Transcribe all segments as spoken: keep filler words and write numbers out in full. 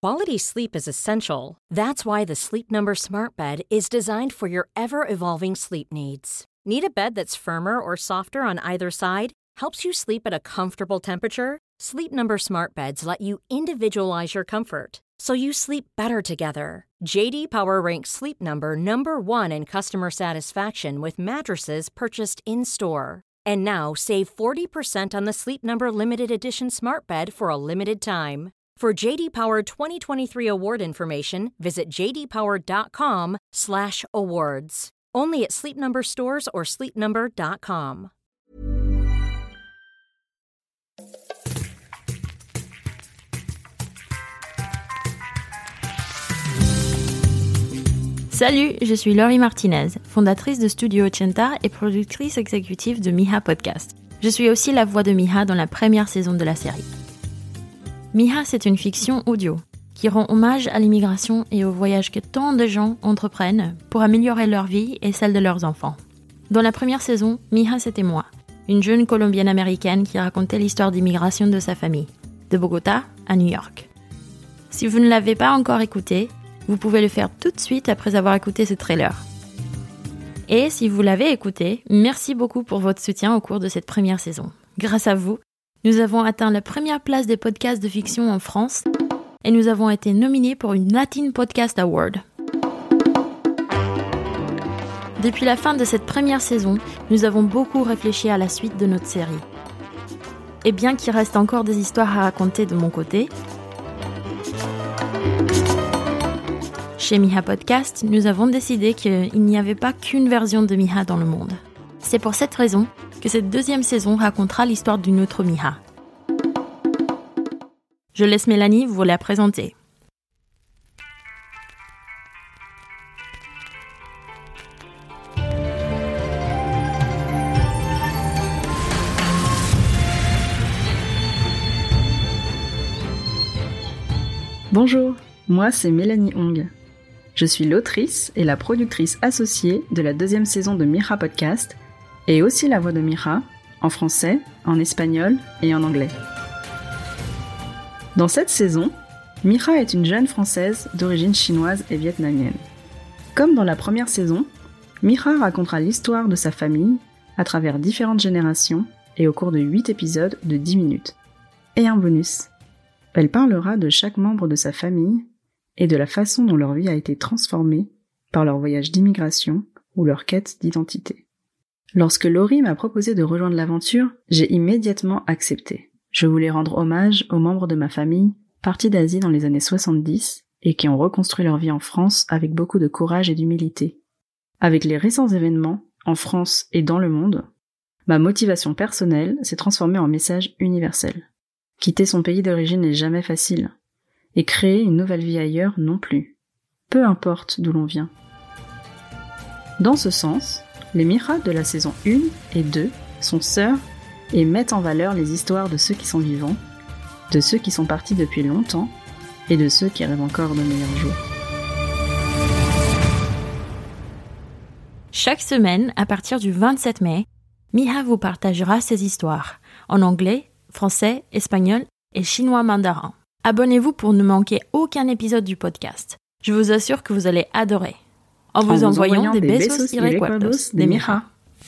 Quality sleep is essential. That's why the Sleep Number Smart Bed is designed for your ever-evolving sleep needs. Need a bed that's firmer or softer on either side? Helps you sleep at a comfortable temperature? Sleep Number Smart Beds let you individualize your comfort, so you sleep better together. J D Power ranks Sleep Number number one in customer satisfaction with mattresses purchased in-store. And now, save forty percent on the Sleep Number Limited Edition Smart Bed for a limited time. For J D Power twenty twenty-three award information, visit j d power dot com slash awards. Only at Sleep Number stores or sleep number dot com. Salut, je suis Laurie Martinez, fondatrice de Studio Ochenta et productrice exécutive de Miha Podcast. Je suis aussi la voix de Miha dans la première saison de la série. Miha, c'est une fiction audio qui rend hommage à l'immigration et au voyage que tant de gens entreprennent pour améliorer leur vie et celle de leurs enfants. Dans la première saison, Miha, c'était moi, une jeune colombienne-américaine qui racontait l'histoire d'immigration de sa famille, de Bogota à New York. Si vous ne l'avez pas encore écouté, vous pouvez le faire tout de suite après avoir écouté ce trailer. Et si vous l'avez écouté, merci beaucoup pour votre soutien au cours de cette première saison. Grâce à vous, nous avons atteint la première place des podcasts de fiction en France et nous avons été nominés pour une Latin Podcast Award. Depuis la fin de cette première saison, nous avons beaucoup réfléchi à la suite de notre série. Et bien qu'il reste encore des histoires à raconter de mon côté, chez Miha Podcast, nous avons décidé qu'il n'y avait pas qu'une version de Miha dans le monde. C'est pour cette raison que cette deuxième saison racontera l'histoire d'une autre Miha. Je laisse Mélanie vous la présenter. Bonjour, moi c'est Mélanie Hong. Je suis l'autrice et la productrice associée de la deuxième saison de Miha Podcast et aussi la voix de Miha, en français, en espagnol et en anglais. Dans cette saison, Miha est une jeune Française d'origine chinoise et vietnamienne. Comme dans la première saison, Miha racontera l'histoire de sa famille à travers différentes générations et au cours de huit épisodes de dix minutes. Et un bonus. Elle parlera de chaque membre de sa famille et de la façon dont leur vie a été transformée par leur voyage d'immigration ou leur quête d'identité. Lorsque Laurie m'a proposé de rejoindre l'aventure, j'ai immédiatement accepté. Je voulais rendre hommage aux membres de ma famille partis d'Asie dans les années soixante-dix et qui ont reconstruit leur vie en France avec beaucoup de courage et d'humilité. Avec les récents événements, en France et dans le monde, ma motivation personnelle s'est transformée en message universel. Quitter son pays d'origine n'est jamais facile, et créer une nouvelle vie ailleurs non plus, peu importe d'où l'on vient. Dans ce sens, les Miha de la saison un et deux sont sœurs et mettent en valeur les histoires de ceux qui sont vivants, de ceux qui sont partis depuis longtemps et de ceux qui rêvent encore de meilleurs jours. Chaque semaine, à partir du vingt-sept mai, Miha vous partagera ses histoires, en anglais, français, espagnol et chinois mandarin. Abonnez-vous pour ne manquer aucun épisode du podcast. Je vous assure que vous allez adorer. En vous, en vous envoyant, envoyant des, des besos, besos y recuerdos de Miha.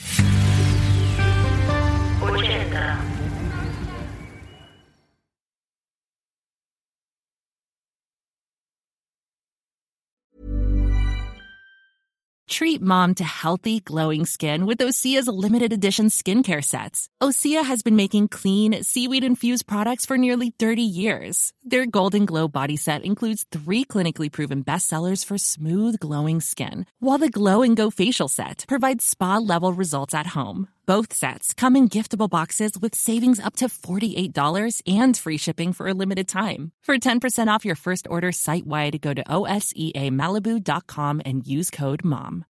Treat mom to healthy, glowing skin with Osea's limited edition skincare sets. Osea has been making clean, seaweed-infused products for nearly thirty years. Their Golden Glow body set includes three clinically proven bestsellers for smooth, glowing skin, while the Glow and Go facial set provides spa-level results at home. Both sets come in giftable boxes with savings up to forty-eight dollars and free shipping for a limited time. For ten percent off your first order site-wide, go to O S E A Malibu dot com and use code MOM.